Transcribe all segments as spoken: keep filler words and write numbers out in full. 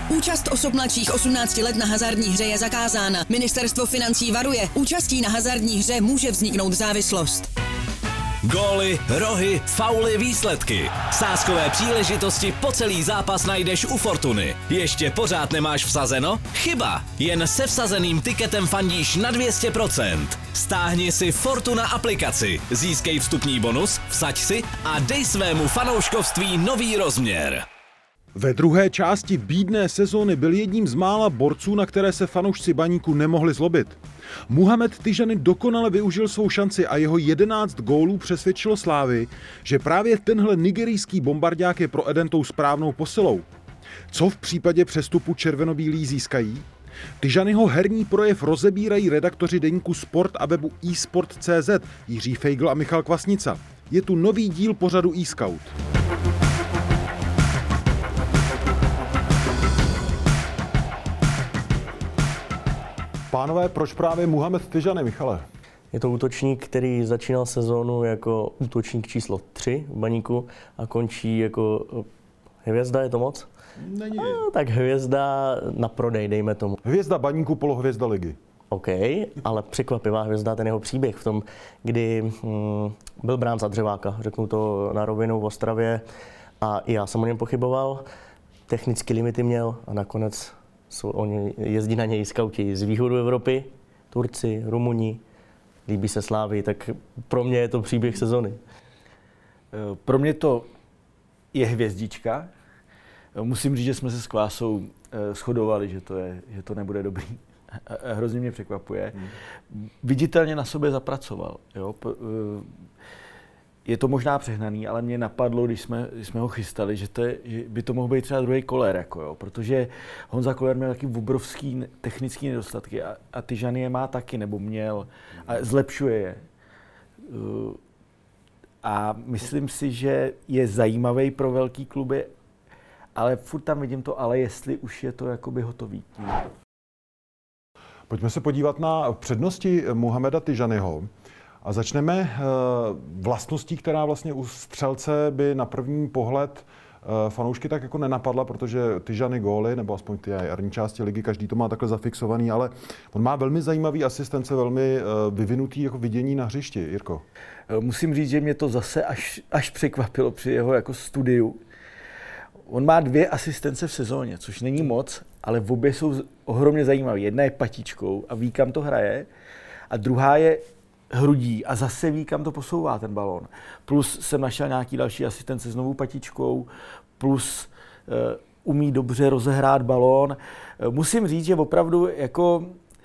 Účast osob mladších osmnácti let na hazardní hře je zakázána. Ministerstvo financí varuje, účastí na hazardní hře může vzniknout závislost. Góly, rohy, fauly, výsledky. Sázkové příležitosti po celý zápas najdeš u Fortuny. Ještě pořád nemáš vsazeno? Chyba! Jen se vsazeným tiketem fandíš na dvě stě procent. Stáhni si Fortuna aplikaci, získej vstupní bonus, vsaď si a dej svému fanouškovství nový rozměr. Ve druhé části bídné sezóny byl jedním z mála borců, na které se fanoušci Baníku nemohli zlobit. Muhamed Tijani dokonale využil svou šanci a jeho jedenáct gólů přesvědčilo Slávy, že právě tenhle nigerijský bombardák je pro Eden tou správnou posilou. Co v případě přestupu červenobílí získají? Tijaniho herní projev rozebírají redaktoři deníku Sport a webu eSport tečka cé zet Jiří Feigl a Michal Kvasnica. Je tu nový díl pořadu eScout. Pánové, proč právě Muhamed Tijani, Michale? Je to útočník, který začínal sezónu jako útočník číslo tři v Baníku a končí jako hvězda, je to moc? Není. A, tak hvězda na prodej, dejme tomu. Hvězda Baníku, polohvězda ligy. OK, ale překvapivá hvězda ten jeho příběh v tom, kdy hm, byl brán za dřeváka, řeknu to na rovinu v Ostravě a i já jsem o něm pochyboval, technicky limity měl a nakonec jsou, oni jezdí na něj skauti z východu Evropy, Turci, Rumuni, líbí se Slávy, tak pro mě je to příběh sezony. Pro mě to je hvězdička. Musím říct, že jsme se s Kvásou shodovali, že to, je, že to nebude dobrý. Hrozně mě překvapuje. Hmm. Viditelně na sobě zapracoval. Jo? Je to možná přehnaný, ale mě napadlo, když jsme, když jsme ho chystali, že, to je, že by to mohl být třeba druhý Koller, jako jo? Protože Honza Koller měl taky obrovský technický nedostatky a, a Tijani je má taky, nebo měl a zlepšuje je. A myslím si, že je zajímavý pro velký kluby, ale furt tam vidím to, ale jestli už je to jakoby hotový. Pojďme se podívat na přednosti Muhameda Tijaniho. A začneme vlastností, která vlastně u střelce by na první pohled fanoušky tak jako nenapadla, protože Tijani góly, nebo aspoň ty jarní části ligy, každý to má takhle zafixovaný, ale on má velmi zajímavý asistence, velmi vyvinutý jako vidění na hřišti. Jirko. Musím říct, že mě to zase až, až překvapilo při jeho jako studiu. On má dvě asistence v sezóně, což není moc, ale v obě jsou ohromně zajímavé. Jedna je patičkou a ví, kam to hraje, a druhá je hrudí a zase ví, kam to posouvá ten balón. Plus jsem našel nějaký další asistence s novou patičkou, plus uh, umí dobře rozehrát balón. Uh, musím říct, že opravdu jako uh,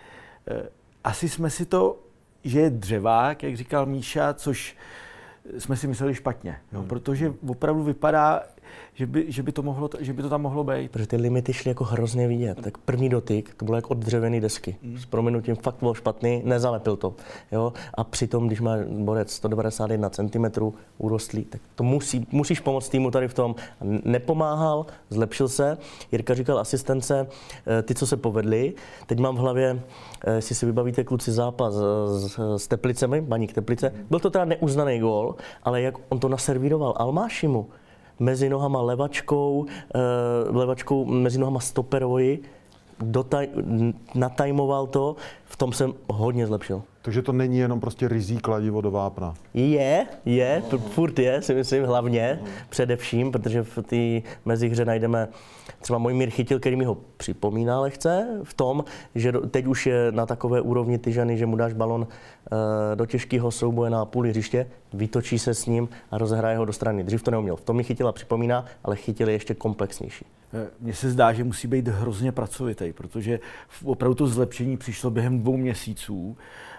asi jsme si to, že je dřevák, jak říkal Míša, což jsme si mysleli špatně, jo, hmm. protože opravdu vypadá, že by, že, by to mohlo, že by to tam mohlo být. Protože ty limity šly jako hrozně vidět. Tak první dotyk, to bylo jako od dřevěné desky. Mm. S prominutím fakt byl špatný, nezalepil to. Jo? A přitom, když má borec sto devadesát jedna centimetrů urostlý, tak to musí, musíš pomoct týmu tady v tom. Nepomáhal, zlepšil se. Jirka říkal asistence, ty, co se povedly. Teď mám v hlavě, jestli si vybavíte, kluci, zápas s, s Teplicemi, Baník Teplice. Byl to teda neuznaný gól, ale jak on to naservíroval Almášimu, mezi nohama levačkou, levačkou mezi nohama stoperovi, dotaj, natajmoval to, v tom jsem hodně zlepšil. Takže to není jenom prostě rizí kladivo do vápna. Je, je, furt je, si myslím, hlavně, především, protože v té mezihře najdeme třeba Mojmír Chytil, který mi ho připomíná lehce v tom, že teď už je na takové úrovni Tijani, že mu dáš balon do těžkého souboje na půli hřiště, vytočí se s ním a rozehraje ho do strany. Dřív to neuměl. V tom mi Chytila připomíná, ale Chytil je ještě komplexnější. Mně se zdá, že musí být hrozně pracovitý, protože opravdu to zlepšení přišlo během dvou měsíců.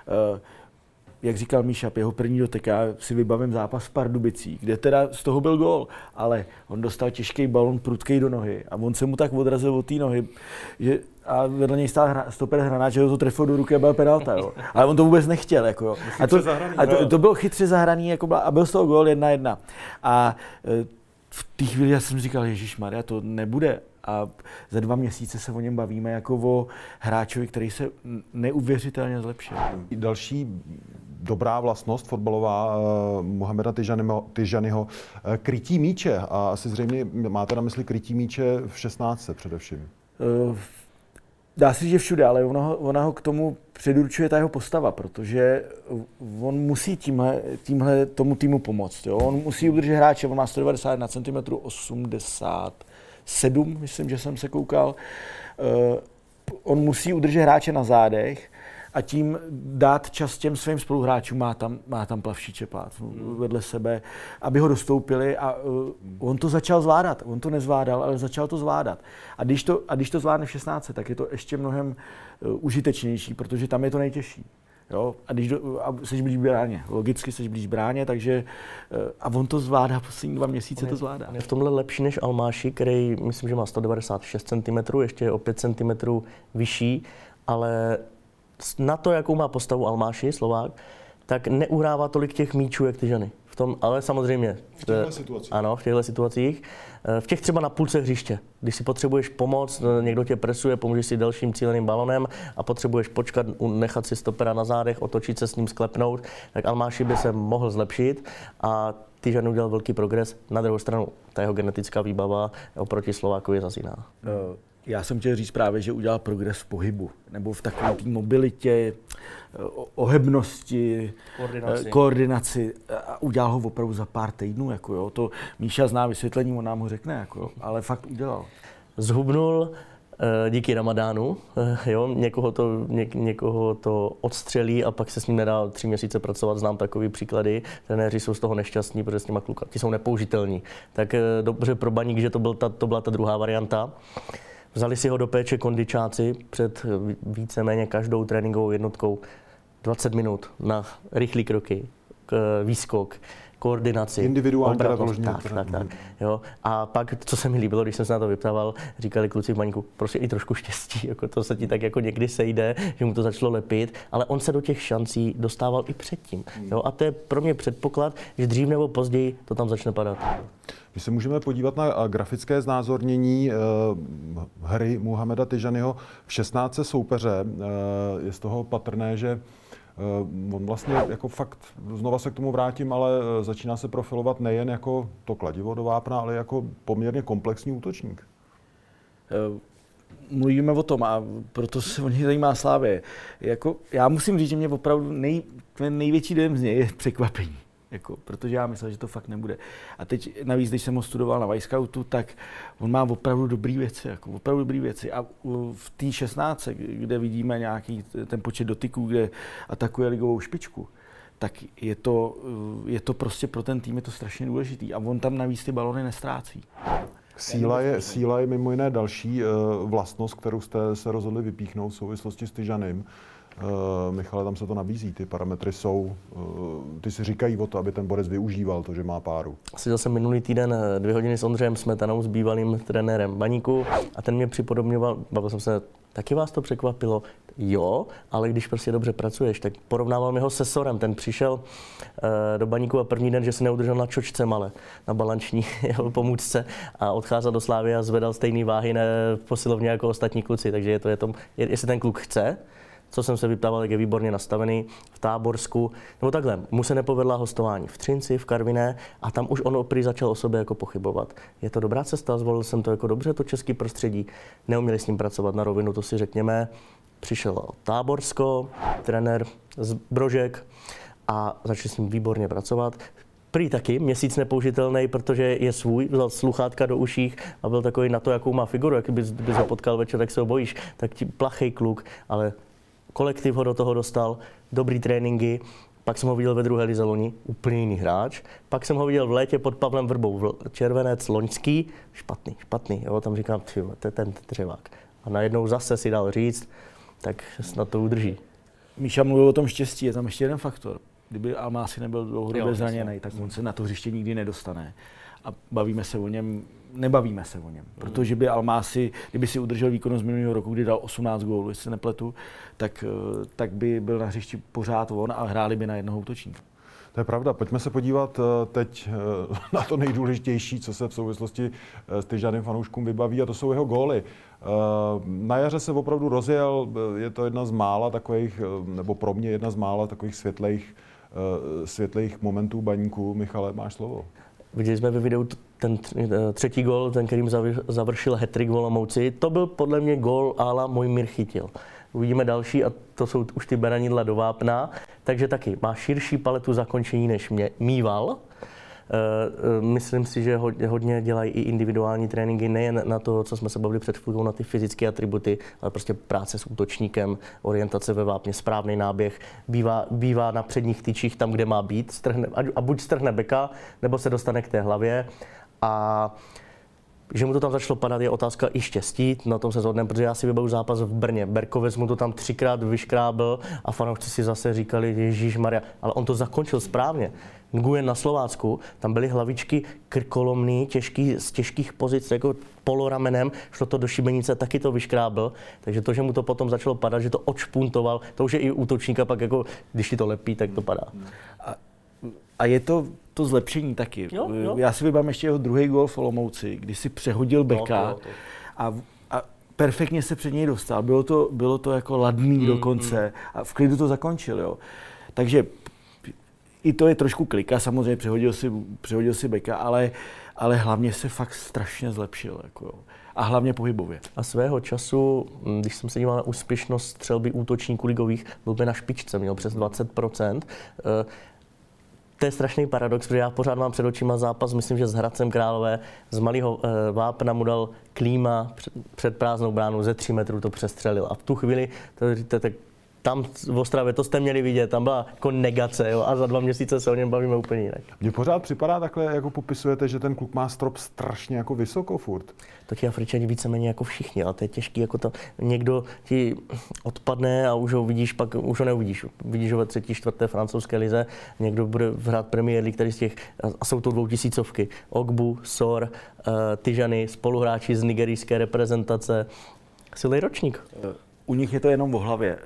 Jak říkal Míša, jeho první dotek, já si vybavím zápas v Pardubicích, kde teda z toho byl gól, ale on dostal těžký balon prudkej do nohy a on se mu tak odrazil od té nohy, že a vedle něj stál hra, stoper Hranát, že ho to trefil do ruky a byl penalta, jo. Ale on to vůbec nechtěl, jako jo. A to, a to, to bylo chytře zahraný, jako byla, a byl z toho gól jedna jedna. A v té chvíli já jsem říkal, ježišmarja, to nebude. A za dva měsíce se o něm bavíme jako o hráčovi, který se neuvěřitelně zlepšil. Další dobrá vlastnost fotbalová uh, Muhameda Tijaniho, uh, krytí míče. A asi zřejmě máte na mysli krytí míče v šestnáctce především. dá se říct, že všude, ale ona ho, ona ho k tomu předurčuje ta jeho postava, protože on musí tímhle, tímhle tomu týmu pomoct. Jo? On musí udržet hráče, on má sto devadesát jedna centimetrů, osmdesát sedm, myslím, že jsem se koukal. Uh, on musí udržet hráče na zádech a tím dát čas těm svým spoluhráčům, má tam, má tam plavší čeplát vedle sebe, aby ho dostoupili a uh, on to začal zvládat. On to nezvládal, ale začal to zvládat. A když to, a když to zvládne v šestnácti, tak je to ještě mnohem uh, užitečnější, protože tam je to nejtěžší. Jo? A když do, a jsi blíž bráně, logicky jsi blíž bráně, takže uh, a on to zvládá, poslední dva měsíce je, to zvládá. On je v tomhle lepší než Almáši, který myslím, že má sto devadesát šest centimetrů, ještě je o pět centimetrů vyšší, ale na to, jakou má postavu Almáši, Slovák, tak neuhrává tolik těch míčů, jak Tyžany. V tom, ale samozřejmě. V těchto situacích. Ano, v těchto situacích. V těch třeba na půlce hřiště. Když si potřebuješ pomoct, někdo tě presuje, pomůžeš si dalším cíleným balonem a potřebuješ počkat, nechat si stopera na zádech, otočit se s ním, sklepnout, tak Almáši by se mohl zlepšit a Tyžan udělal velký progres. Na druhou stranu, ta jeho genetická výbava oproti Slovákovi je zase jiná. Uh. Já jsem chtěl říct právě, že udělal progres v pohybu, nebo v takové té mobilitě, ohebnosti, koordinaci. koordinaci a udělal ho opravdu za pár týdnů. Jako jo. To Míša zná vysvětlení, on nám ho řekne, jako jo. Ale fakt udělal. Zhubnul díky Ramadánu, jo, někoho to, ně, někoho to odstřelí a pak se s ním nedá tři měsíce pracovat, znám takový příklady. Trenéři jsou z toho nešťastní, protože s těma kluka, ti jsou nepoužitelní. Tak dobře pro Baník, že to, byl ta, to byla ta druhá varianta. Vzali si ho do péče kondičáci před víceméně každou tréninkovou jednotkou dvacet minut na rychlé kroky, výskok, koordinaci. Individuální teda vložně. Tak, tak, tak. Jo. A pak, co se mi líbilo, když jsem se na to vyptával, říkali kluci v Baníku, prostě i trošku štěstí, jako to se ti tak jako někdy sejde, že mu to začalo lepit, ale on se do těch šancí dostával i předtím. Jo. A to je pro mě předpoklad, že dřív nebo později to tam začne padat. My se můžeme podívat na grafické znázornění eh, hry Muhameda Tyžanyho v šestnácti soupeře. Eh, je z toho patrné, že eh, on vlastně jako fakt, znova se k tomu vrátím, ale eh, začíná se profilovat nejen jako to kladivo do vápna, ale jako poměrně komplexní útočník. Mluvíme o tom a proto se o něj zajímá Slávě. Jako, já musím říct, že mě opravdu nej, největší dojem z něj je překvapení. Jako, protože já myslel, že to fakt nebude. A teď navíc, když jsem ho studoval na Vyscoutu, tak on má opravdu dobrý věci, jako opravdu dobrý věci. A v té šestnácti, kde vidíme nějaký ten počet dotyků, kde atakuje ligovou špičku, tak je to, je to prostě pro ten tým je to strašně důležitý. A on tam navíc ty balony nestrácí. Síla je, síla je mimo jiné další uh, vlastnost, kterou jste se rozhodli vypíchnout v souvislosti s Tyžanym. Uh, Michale, tam se to nabízí, ty parametry jsou, uh, ty si říkají o to, aby ten borec využíval to, že má páru. Seděl jsem minulý týden dvě hodiny s Ondřejem Smetanou, s bývalým trenérem Baníku a ten mě připodobňoval, bavil jsem se, taky vás to překvapilo? Jo, ale když prostě dobře pracuješ, tak porovnával mi ho se Sorem, ten přišel uh, do Baníku a první den, že se neudržel na čočce malé, na balanční jeho pomůcce a odcházel do Slávy a zvedal stejné váhy ne, v posilovně jako ostatní kluci, takže je to, je to, je, jestli ten kluk chce, co jsem se vyptával, jak je výborně nastavený v Táborsku, nebo takhle, mu se nepovedla hostování v Třinci, v Karviné a tam už on oprý začal o sobě jako pochybovat. Je to dobrá cesta, zvolil jsem to jako dobře, to český prostředí, neuměli s ním pracovat na rovinu, to si řekněme. Přišel Táborsko, trenér z Brožek a začali s ním výborně pracovat. Prý taky měsíc nepoužitelný, protože je svůj, vzal sluchátka do uších a byl takový na to, jakou má figuru, jak bys, bys ho potkal večer, tak se ho bojíš, tak ti plachej kluk, ale kolektiv ho do toho dostal, dobrý tréninky, pak jsem ho viděl ve druhé lize loni, úplně jiný hráč, pak jsem ho viděl v létě pod Pavlem Vrbou, červenec loňský, špatný, špatný, jo, tam říkám, ty, to je ten dřevák. A najednou zase si dal říct, tak snad to udrží. Míša mluvil o tom štěstí, je tam ještě jeden faktor. Kdyby Almási nebyl dlouhodobě zraněný, tak on se na to hřiště nikdy nedostane. A bavíme se o něm, nebavíme se o něm. Protože by Almási, kdyby si udržel výkonnost z minulého roku, kdy dal osmnáct gólů, jestli se nepletu, tak, tak by byl na hřišti pořád on a hráli by na jednoho útočníka. To je pravda. Pojďme se podívat teď na to nejdůležitější, co se v souvislosti s Tyžanem fanouškům vybaví, a to jsou jeho góly. Na jaře se opravdu rozjel, je to jedna z mála takových, nebo pro mě jedna z mála takových světlejch, světlejch momentů Baníku. Michale, máš slovo. Viděli jsme ve videu ten třetí gól, ten, kterým završil hat-trick v Olomouci, to byl podle mě gól a la Mojmír Chytil. Uvidíme další a to jsou už ty beranidla do vápna, takže taky má širší paletu zakončení než mě, mýval. Myslím si, že hodně dělají i individuální tréninky, nejen na to, co jsme se bavili před chvilkou, na ty fyzické atributy, ale prostě práce s útočníkem, orientace ve vápně, správný náběh, bývá, bývá na předních tyčích tam, kde má být, strhne, a buď strhne beka, nebo se dostane k té hlavě. A že mu to tam začalo padat, je otázka i štěstí, na tom se shodneme, protože já si vybavu zápas v Brně. Berkovec mu to tam třikrát vyškrábl a fanoušci si zase říkali, ježíšmarja, ale on to zakončil správně. Nguyen na Slovácku, tam byly hlavičky krkolomný, těžký, z těžkých pozic, jako poloramenem, šlo to do šibenice, taky to vyškrábl, takže to, že mu to potom začalo padat, že to odšpuntoval, to už je i útočníka pak jako, když ti to lepí, tak to padá. A, a je to to zlepšení taky. Jo, jo. Já si vybavím ještě jeho druhý gól v Olomouci, kdy si přehodil beka no, to, to. A, a perfektně se před něj dostal. Bylo to, bylo to jako ladný mm, dokonce mm. a v klidu to zakončil. Jo. Takže i to je trošku klika, samozřejmě přehodil si, přehodil si beka, ale, ale hlavně se fakt strašně zlepšil. Jako, jo. A hlavně pohybově. A svého času, když jsem se díval na úspěšnost střelby útočníků ligových, byl by na špičce, měl přes dvacet procent. To je strašný paradox, protože já pořád mám před očima zápas, myslím, že s Hradcem Králové, z malého e, vápna mu dal Klíma před, před prázdnou bránu, ze tří metrů to přestřelil. A v tu chvíli, to, to, to, tam v Ostravě, to jste měli vidět, tam byla jako negace, jo, a za dva měsíce se o něm bavíme úplně jinak. Mně pořád připadá takhle, jako popisujete, že ten kluk má strop strašně jako vysoko furt. To ti Afričani víceméně jako všichni, ale to je těžký, jako to někdo ti odpadne a už ho vidíš, pak už ho neuvidíš. Vidíš ho ve třetí, čtvrté francouzské lize, někdo bude hrát Premier League, který z těch, a jsou to dvoutisícovky, Ogbu, Sor, uh, Tijani, spoluhráči z nigerijské reprezentace, silný ročník. U nich je to jenom o hlavě.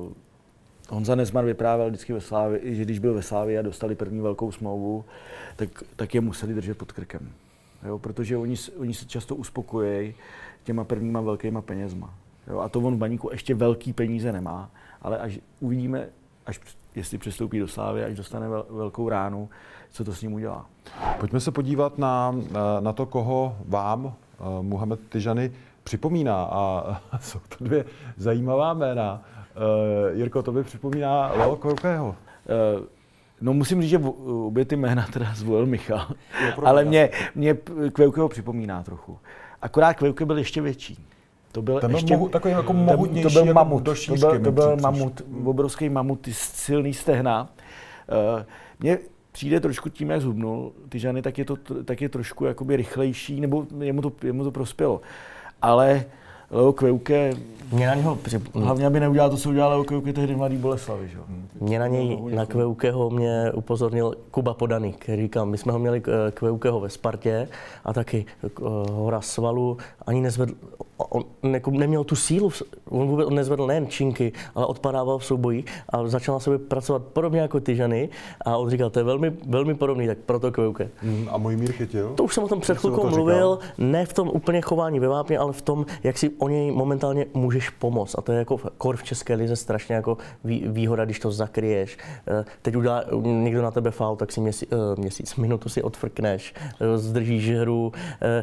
Honza Nezmar vyprávěl vždycky ve Slávii, že když byl ve Slávii a dostali první velkou smlouvu, tak, tak je museli držet pod krkem. Jo, protože oni, oni se často uspokojí těma prvníma velkýma penězma. Jo, a to on v Baníku ještě velký peníze nemá, ale až uvidíme, až jestli přestoupí do Slávy, až dostane vel, velkou ránu, co to s ním udělá. Pojďme se podívat na, na to, koho vám Muhamed Tijani připomíná, a jsou to dvě zajímavá jména. Uh, Jirko, to by připomíná Leo Kveukého. Uh, no musím říct, že obě ty jména teda zvolil Michal, ale mě, mě Kveukého připomíná trochu. Akorát Kveuke byl ještě větší. To byl ten ještě mohu, takový jako mohutnější, to byl jako mamut, do šířky, to byl, to byl mamut, obrovský mamut, silný stehna. Uh, mě přijde trošku tím, jak zhubnul Tijani, tak je to tak je trošku jakoby rychlejší, nebo jemu to, jemu to prospělo. Ale Leo Kveuke, mě na něho při... hlavně aby neudělal to, co udělal Leo Kveuke tehdy v Mladý Boleslavi. Že? Mě na něj, na Kveukeho mě upozornil Kuba Podaný, který říkal, my jsme ho měli Kveukeho ve Spartě a taky hora svalu, ani nezvedl, on neměl tu sílu, on vůbec nezvedl nejen činky, ale odpadával v soubojích a začal na sobě pracovat podobně jako Tijani a on říkal, to je velmi, velmi podobný, tak proto Kveuke. Hmm, a Mojmír Chytil? To už jsem o tom před chvilkou mluvil, ne v tom úplně chování ve vápně, ale v tom, jak si o něj momentálně můžeš pomoct. A to je jako kor v české lize strašně jako výhoda, když to zakryješ. Teď udělá někdo na tebe faul, tak si měsíc, měsíc minutu si odfrkneš, zdržíš hru.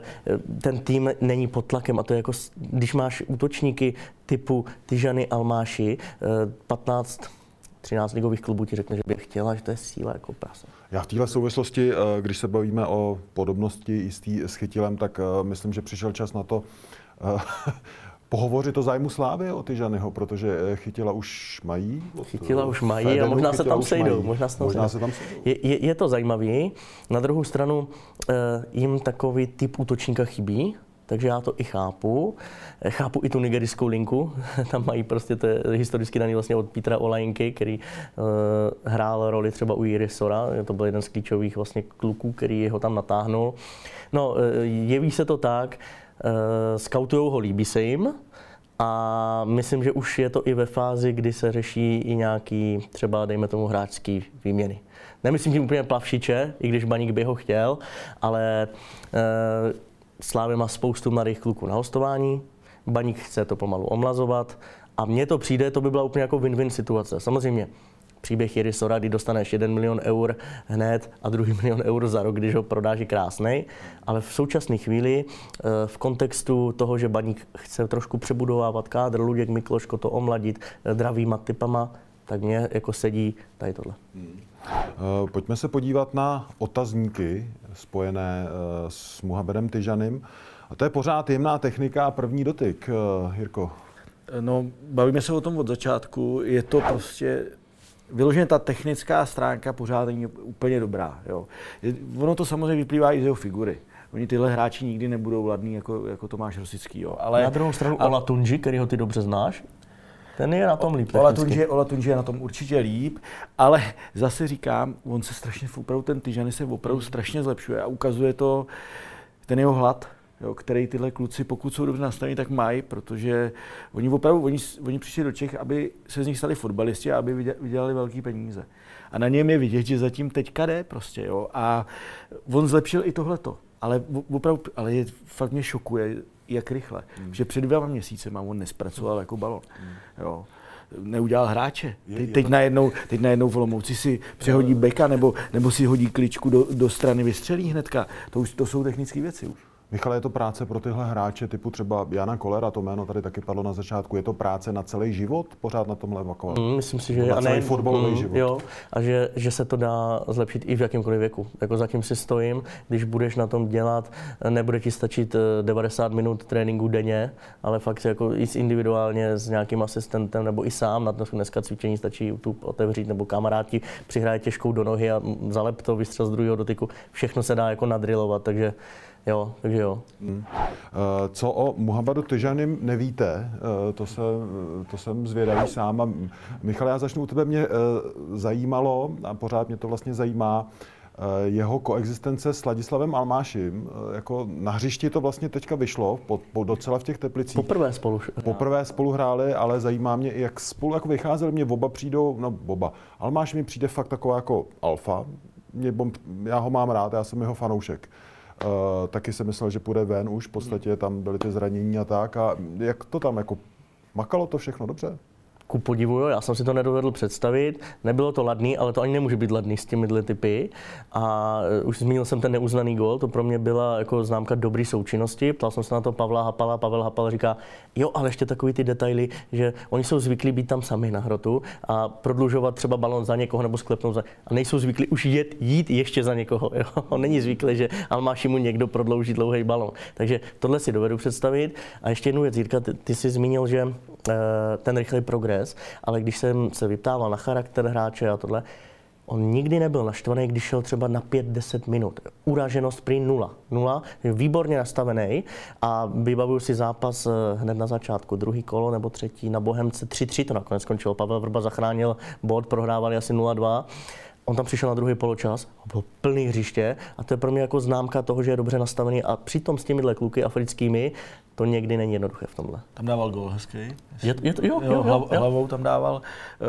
Ten tým není pod tlakem a to je jako, když máš útočníky typu Tijani, Almáši, patnáct třináct ligových klubů ti řekne, že by chtěla, že to je síla jako prase. Já v téhle souvislosti, když se bavíme o podobnosti jistý s Chytilem, tak myslím, že přišel čas na to pohovořit o zájmu Slávy o Tijaniho, protože Chytila už mají. Chytila už mají Fedenu, a možná se tam sejdou. Možná se tam možná sejdou. Se tam sejdou. Je, je, je to zajímavý. Na druhou stranu jim takový typ útočníka chybí. Takže já to i chápu. Chápu i tu nigerijskou linku. Tam mají prostě, to je historicky daný vlastně od Petra Olajinky, který uh, hrál roli třeba u Jiry Sora. To byl jeden z klíčových vlastně kluků, který ho tam natáhnul. No, uh, jeví se to tak, uh, skautujou ho, líbí se jim. A myslím, že už je to i ve fázi, kdy se řeší i nějaký třeba, dejme tomu, hráčský výměny. Nemyslím tím úplně Plavšiče, i když Baník by ho chtěl, ale uh, Slávě má spoustu mladých kluků na hostování, Baník chce to pomalu omlazovat a mně to přijde, to by byla úplně jako win-win situace. Samozřejmě příběh Jiry Sora, kdy dostaneš jeden milion eur hned a druhý milion eur za rok, když ho prodáš, je krásnej. Ale v současné chvíli v kontextu toho, že Baník chce trošku přebudovávat kádr, Luděk Mikloško to omladit dravýma typama, tak mě jako sedí tady tohle. Hmm. Pojďme se podívat na otazníky spojené s Muhamedem Tyžanym. A to je pořád jemná technika a první dotyk. Jirko. No, bavíme se o tom od začátku. Je to prostě vyloženě ta technická stránka pořád není úplně dobrá. Jo. Ono to samozřejmě vyplývá i z jeho figury. Oni tyhle hráči nikdy nebudou ladní jako, jako Tomáš Rosický. Jo. Ale, na druhou stranu ale... Olatunji, kterýho ty dobře znáš, ten je na tom líp. Olatunji, Olatunji je na tom určitě líp, ale zase říkám, on se strašně, opravdu ten Tyžany se opravdu strašně zlepšuje a ukazuje to ten jeho hlad, jo, který tyhle kluci, pokud jsou dobře nastavení, tak mají, protože oni opravdu, oni, oni přišli do Čech, aby se z nich stali fotbalisti a aby vydělali velký peníze. A na něm je vidět, že zatím teďka jde prostě, jo, a on zlepšil i tohleto, ale opravdu, ale je, fakt mě šokuje, jak rychle, hmm. že před dvěma měsícema on nespracoval jako balon, hmm. jo. Neudělal hráče. Teď, teď, najednou, teď najednou v Olomouci si přehodí beka nebo, nebo si hodí kličku do, do strany, vystřelí hnedka. To, už, to jsou technické věci už. Michale, je to práce pro tyhle hráče typu třeba Jana Kolera, to jméno tady taky padlo na začátku, je to práce na celý život pořád na tomhle vakovat? Mm, myslím si, že na celý fotbalový mm, život. Jo, a že, že se to dá zlepšit i v jakýmkoliv věku. Jako zatím si stojím, když budeš na tom dělat, nebude ti stačit devadesát minut tréninku denně, ale fakt jako i individuálně s nějakým asistentem nebo i sám, na to dneska cvičení stačí YouTube otevřít nebo kamarádi přihraje těžkou do nohy a zalep to, vystřel z druhého dotyku, všechno se dá jako nadrilovat, takže Jo, takže jo. Hmm. Co o Muhamedu Tyžanym nevíte, to, se, to jsem zvědavý sám. A Michale, já začnu u tebe. Mě zajímalo, a pořád mě to vlastně zajímá, jeho koexistence s Ladislavem Almáším. Jako na hřišti to vlastně teďka vyšlo, po, po docela v těch Teplicích. Poprvé spolu. Poprvé spolu hráli, ale zajímá mě, jak spolu jako vycházeli. Mě oba přijdou, no oba. Almáš mi přijde fakt taková jako alfa. Mě, já ho mám rád, já jsem jeho fanoušek. Uh, taky jsem myslel, že půjde ven už, v podstatě tam byly ty zranění a tak. A jak to tam, jako makalo to všechno dobře? Ku podivu, jo, já jsem si to nedovedl představit. Nebylo to ladný, ale to ani nemůže být ladný s těmihle typy. A už zmínil jsem ten neuznaný gól, to pro mě byla jako známka dobré součinnosti. Ptal jsem se na to Pavla Hapala, Pavel Hapal říká, jo, ale ještě takový ty detaily, že oni jsou zvyklí být tam sami na hrotu a prodlužovat třeba balon za někoho nebo sklepnout za a nejsou zvyklí už jet, jít ještě za někoho. Jo. On není zvyklý, že Almáši mu někdo prodlouží dlouhý balon. Takže tohle si dovedu představit. A ještě jednu věc, Jirka, ty, ty jsi zmínil, že e, ten rychlý progres, ale když jsem se vyptával na charakter hráče a tohle, on nikdy nebyl naštvaný, když šel třeba na pět deset minut. Uraženost prý nula. Nula, výborně nastavený a vybavuju si zápas hned na začátku, druhý kolo nebo třetí na Bohemce, tři tři to nakonec skončilo. Pavel Vrba zachránil bod, prohrávali asi nula dva. On tam přišel na druhý poločas, byl plný hřiště a to je pro mě jako známka toho, že je dobře nastavený a přitom s těmihle kluky africkými to někdy není jednoduché v tomhle. Tam dával gól hezký. Je, je to, jo, jo, jo, hlav, jo. Hlavou tam dával.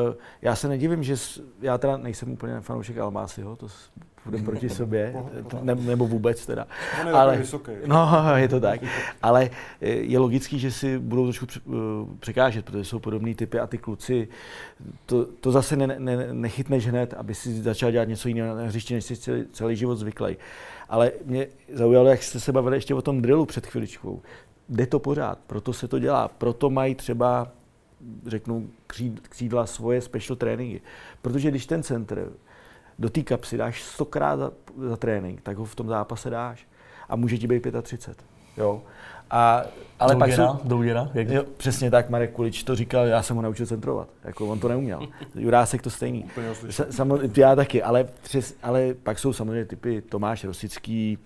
Já se nedivím, že já teda nejsem úplně fanoušek Almásiho, to půjdeme proti sobě, ne, nebo vůbec teda. On je ale, vysoký. No, je to tak. Ale je logický, že si budou trošku překážet, protože jsou podobný typy a ty kluci, to, to zase ne, ne, nechytneš hned, aby si začal dělat něco jiného na hřišti, než jsi celý, celý život zvyklý. Ale mě zaujalo, jak jste se bavili ještě o tom drillu před chviličkou. Jde to pořád, proto se to dělá. Proto mají třeba, řeknu, křídla svoje special tréninky. Protože když ten centr do té kapsy dáš stokrát za, za trénink, tak ho v tom zápase dáš. A může ti být třicet pět. Jo. A, ale douděra, pak jsou, douděra, jak... jo, přesně tak, Marek Kulič to říkal, já jsem ho naučil centrovat. Jako on to neuměl. Jurásek to stejný. Samozřejmě, já taky, ale, přes, ale pak jsou samozřejmě typy Tomáš Rosický,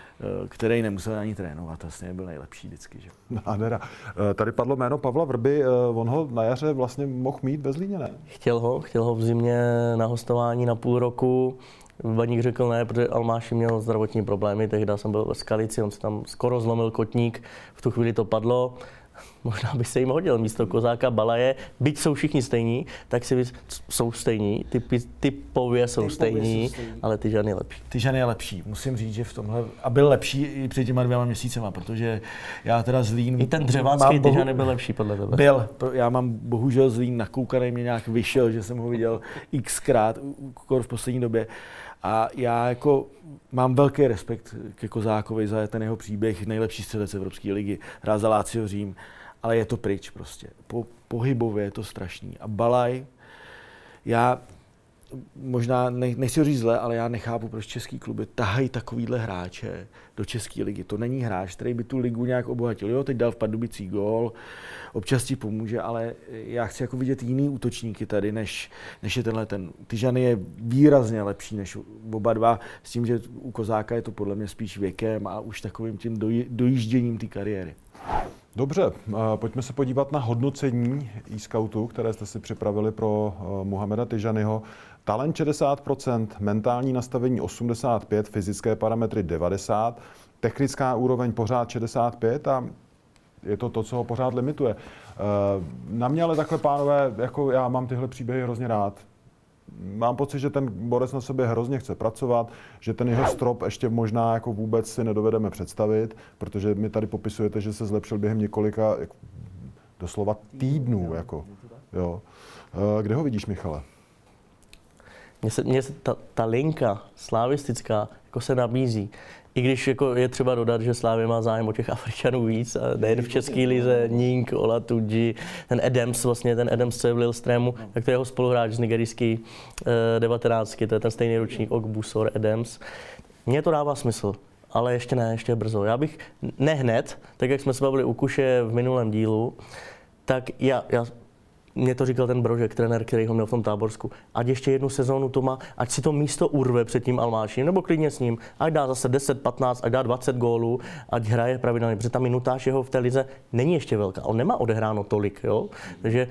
který nemusel ani trénovat, vlastně byl nejlepší vždycky. Že? Nádhera. Tady padlo jméno Pavla Vrby, on ho na jaře vlastně mohl mít ve Zlíně, ne? Chtěl ho, chtěl ho v zimě na hostování na půl roku. Baník řekl ne, protože Almáši měl zdravotní problémy, tehdy jsem byl ve Skalici, on se tam skoro zlomil kotník, v tu chvíli to padlo. možná by se jim hodil místo Kozáka, Balaje, byť jsou všichni stejní, tak si vys... jsou stejní, typy, typově jsou typově stejní, jsou stejní, ale Tyžan je lepší. Tyžan je lepší, musím říct, že v tomhle, a byl lepší i před těma dvěma měsícema, protože já teda Zlín... I ten dřevácký bohu... Tyžan byl lepší podle tebe. Byl, já mám bohužel Zlín nakoukaný, mě nějak vyšel, že jsem ho viděl xkrát, v poslední době. A já jako mám velký respekt ke Kozákovi za ten jeho příběh, nejlepší střelec Evropské ligy, hrál za Lazio Řím, ale je to pryč prostě. Po, pohybově je to strašný. A Balaj, já možná, ne, nechci ho říct zle, ale já nechápu, proč český kluby tahají takovýhle hráče do české ligy. To není hráč, který by tu ligu nějak obohatil. Jo, teď dal v Pardubicích gól, občas ti pomůže, ale já chci jako vidět jiný útočníky tady, než, než je tenhle ten. Tyžan je výrazně lepší než oba dva, s tím, že u Kozáka je to podle mě spíš věkem a už takovým tím doj, dojížděním té kariéry. Dobře, pojďme se podívat na hodnocení e-scoutu, které jste si připravili pro Muhameda Tyžanyho. Talent šedesát procent, mentální nastavení osmdesát pět, fyzické parametry devadesát, technická úroveň pořád šedesát pět a je to to, co ho pořád limituje. Na mě ale takhle, pánové, jako já mám tyhle příběhy hrozně rád. Mám pocit, že ten borec na sobě hrozně chce pracovat, že ten jeho strop ještě možná jako vůbec si nedovedeme představit, protože mi tady popisujete, že se zlepšil během několika jako, doslova týdnů. Jako, jo. Kde ho vidíš, Michale? Mně se, mně se ta, ta linka slavistická jako se nabízí. I když jako je třeba dodat, že Slavia má zájem o těch Afričanů víc, nejen v české lize, Nink, Olatunji, ten Adams, vlastně ten Adams, co je v Lillestrømu, tak to je jeho spoluhráč z nigerijský eh, devatenáctky, to je ten stejný ročník Ogbusor Adams. Mně to dává smysl, ale ještě ne, ještě je brzo. Já bych ne hned, tak jak jsme se bavili u Kuše v minulém dílu, tak já, já mě to říkal ten Brožek, trenér, který ho měl v tom Táborsku. Ať ještě jednu sezónu to má, ať si to místo urve před tím Almáším, nebo klidně s ním, ať dá zase deset patnáct, ať dá dvacet gólů, ať hraje pravidelně, protože ta minutáž jeho v té lize není ještě velká. On nemá odehráno tolik, jo? Takže,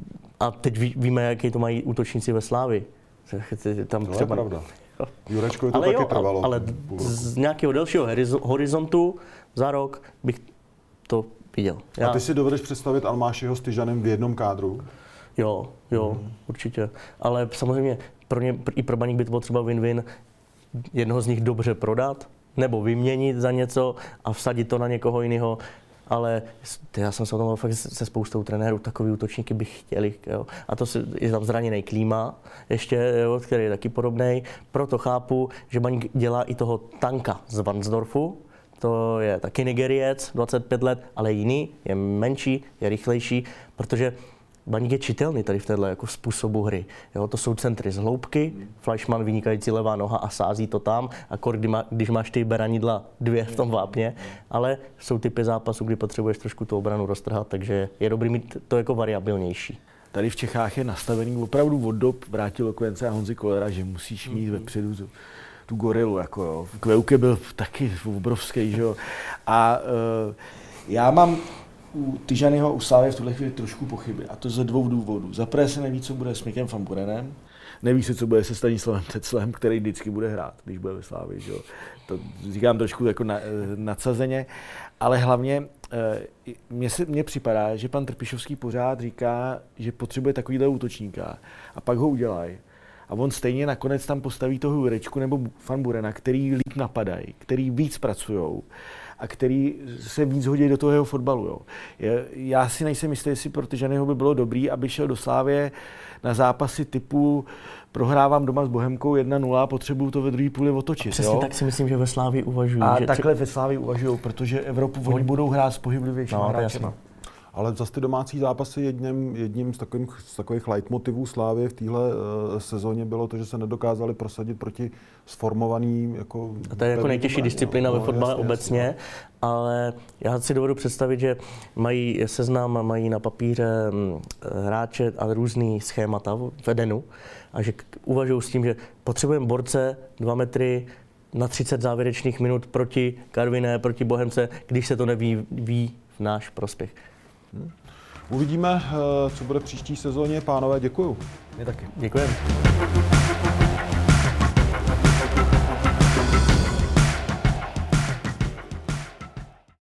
a teď ví, víme, jaký to mají útočníci ve Slávii. Tam to třeba... je pravda. Jurečkovi to ale taky jo, trvalo. Ale z nějakého delšího horizontu za rok bych to viděl. Já... A ty si dovedeš představit Almášiho s Tyžanem v jednom kádru? Jo, jo, hmm. určitě. Ale samozřejmě pro ně, i pro Baník by to bylo třeba win-win jednoho z nich dobře prodat, nebo vyměnit za něco a vsadit to na někoho jiného. Ale já jsem se o tom fakt se spoustou trenérů, takový útočníky by chtěli. Jo. A to je tam zraněný Klíma, ještě, jo, který je taky podobný. Proto chápu, že Baník dělá i toho Tanka z Varnsdorfu. To je taky Nigeriec, dvacet pět let, ale jiný, je menší, je rychlejší, protože Baník je čitelný tady v téhle jako způsobu hry. Jo, to jsou centry z hloubky, Fleischmann vynikající levá noha a sází to tam, akor kdy má, když máš ty beranidla dvě v tom vápně, ale jsou typy zápasů, kdy potřebuješ trošku tu obranu roztrhat, takže je dobrý mít to jako variabilnější. Tady v Čechách je nastavený opravdu od dob Vrátil Okvence a Honzy Kollera, že musíš mít vepředu tu, tu gorilu. Jako jo. Kveuke byl taky obrovský, že jo. A uh, já mám u Tyžanyho, u Slávy v tuhle chvíli trošku pochyby. A to ze dvou důvodů. Za prvé se neví, co bude s Mikem van Burenem. Neví se, co bude se Stanislavem Teclem, který vždycky bude hrát, když bude ve Slávii. Že jo. To říkám trošku jako na, nadsazeně. Ale hlavně mně, se, mně připadá, že pan Trpišovský pořád říká, že potřebuje takovýhle útočníka. A pak ho udělají. A on stejně nakonec tam postaví toho Jurečku nebo Van Burena, který líp napadají, který víc pracujou a který se víc hodí do toho jeho fotbalu. Jo. Já si nejsem jistý, jestli pro Tyžanyho by bylo dobrý, aby šel do Slávie na zápasy typu prohrávám doma s Bohemkou jedna nula, potřebuju to ve druhé půli otočit. A přesně jo? Tak si myslím, že ve Slávii uvažují. A že takhle ve Slávii uvažují, protože Evropu oni budou hrát s pohyblivějšími no, hráčemi. Ale zase ty domácí zápasy jedním, jedním z, takových, z takových leitmotivů Slávy v téhle uh, sezóně bylo to, že se nedokázali prosadit proti sformovaným jako... A to je jako nejtěžší disciplína no, ve fotbale jasně, obecně, jasně. Ale já si dovedu představit, že mají seznam, mají na papíře hráče a různý schémata v Edenu a že uvažují s tím, že potřebujeme borce dva metry na třicet závěrečných minut proti Karviné, proti Bohemce, když se to neví ví v náš prospěch. Hmm. Uvidíme, co bude v příští sezóně. Pánové, děkuju. My taky. Děkujeme.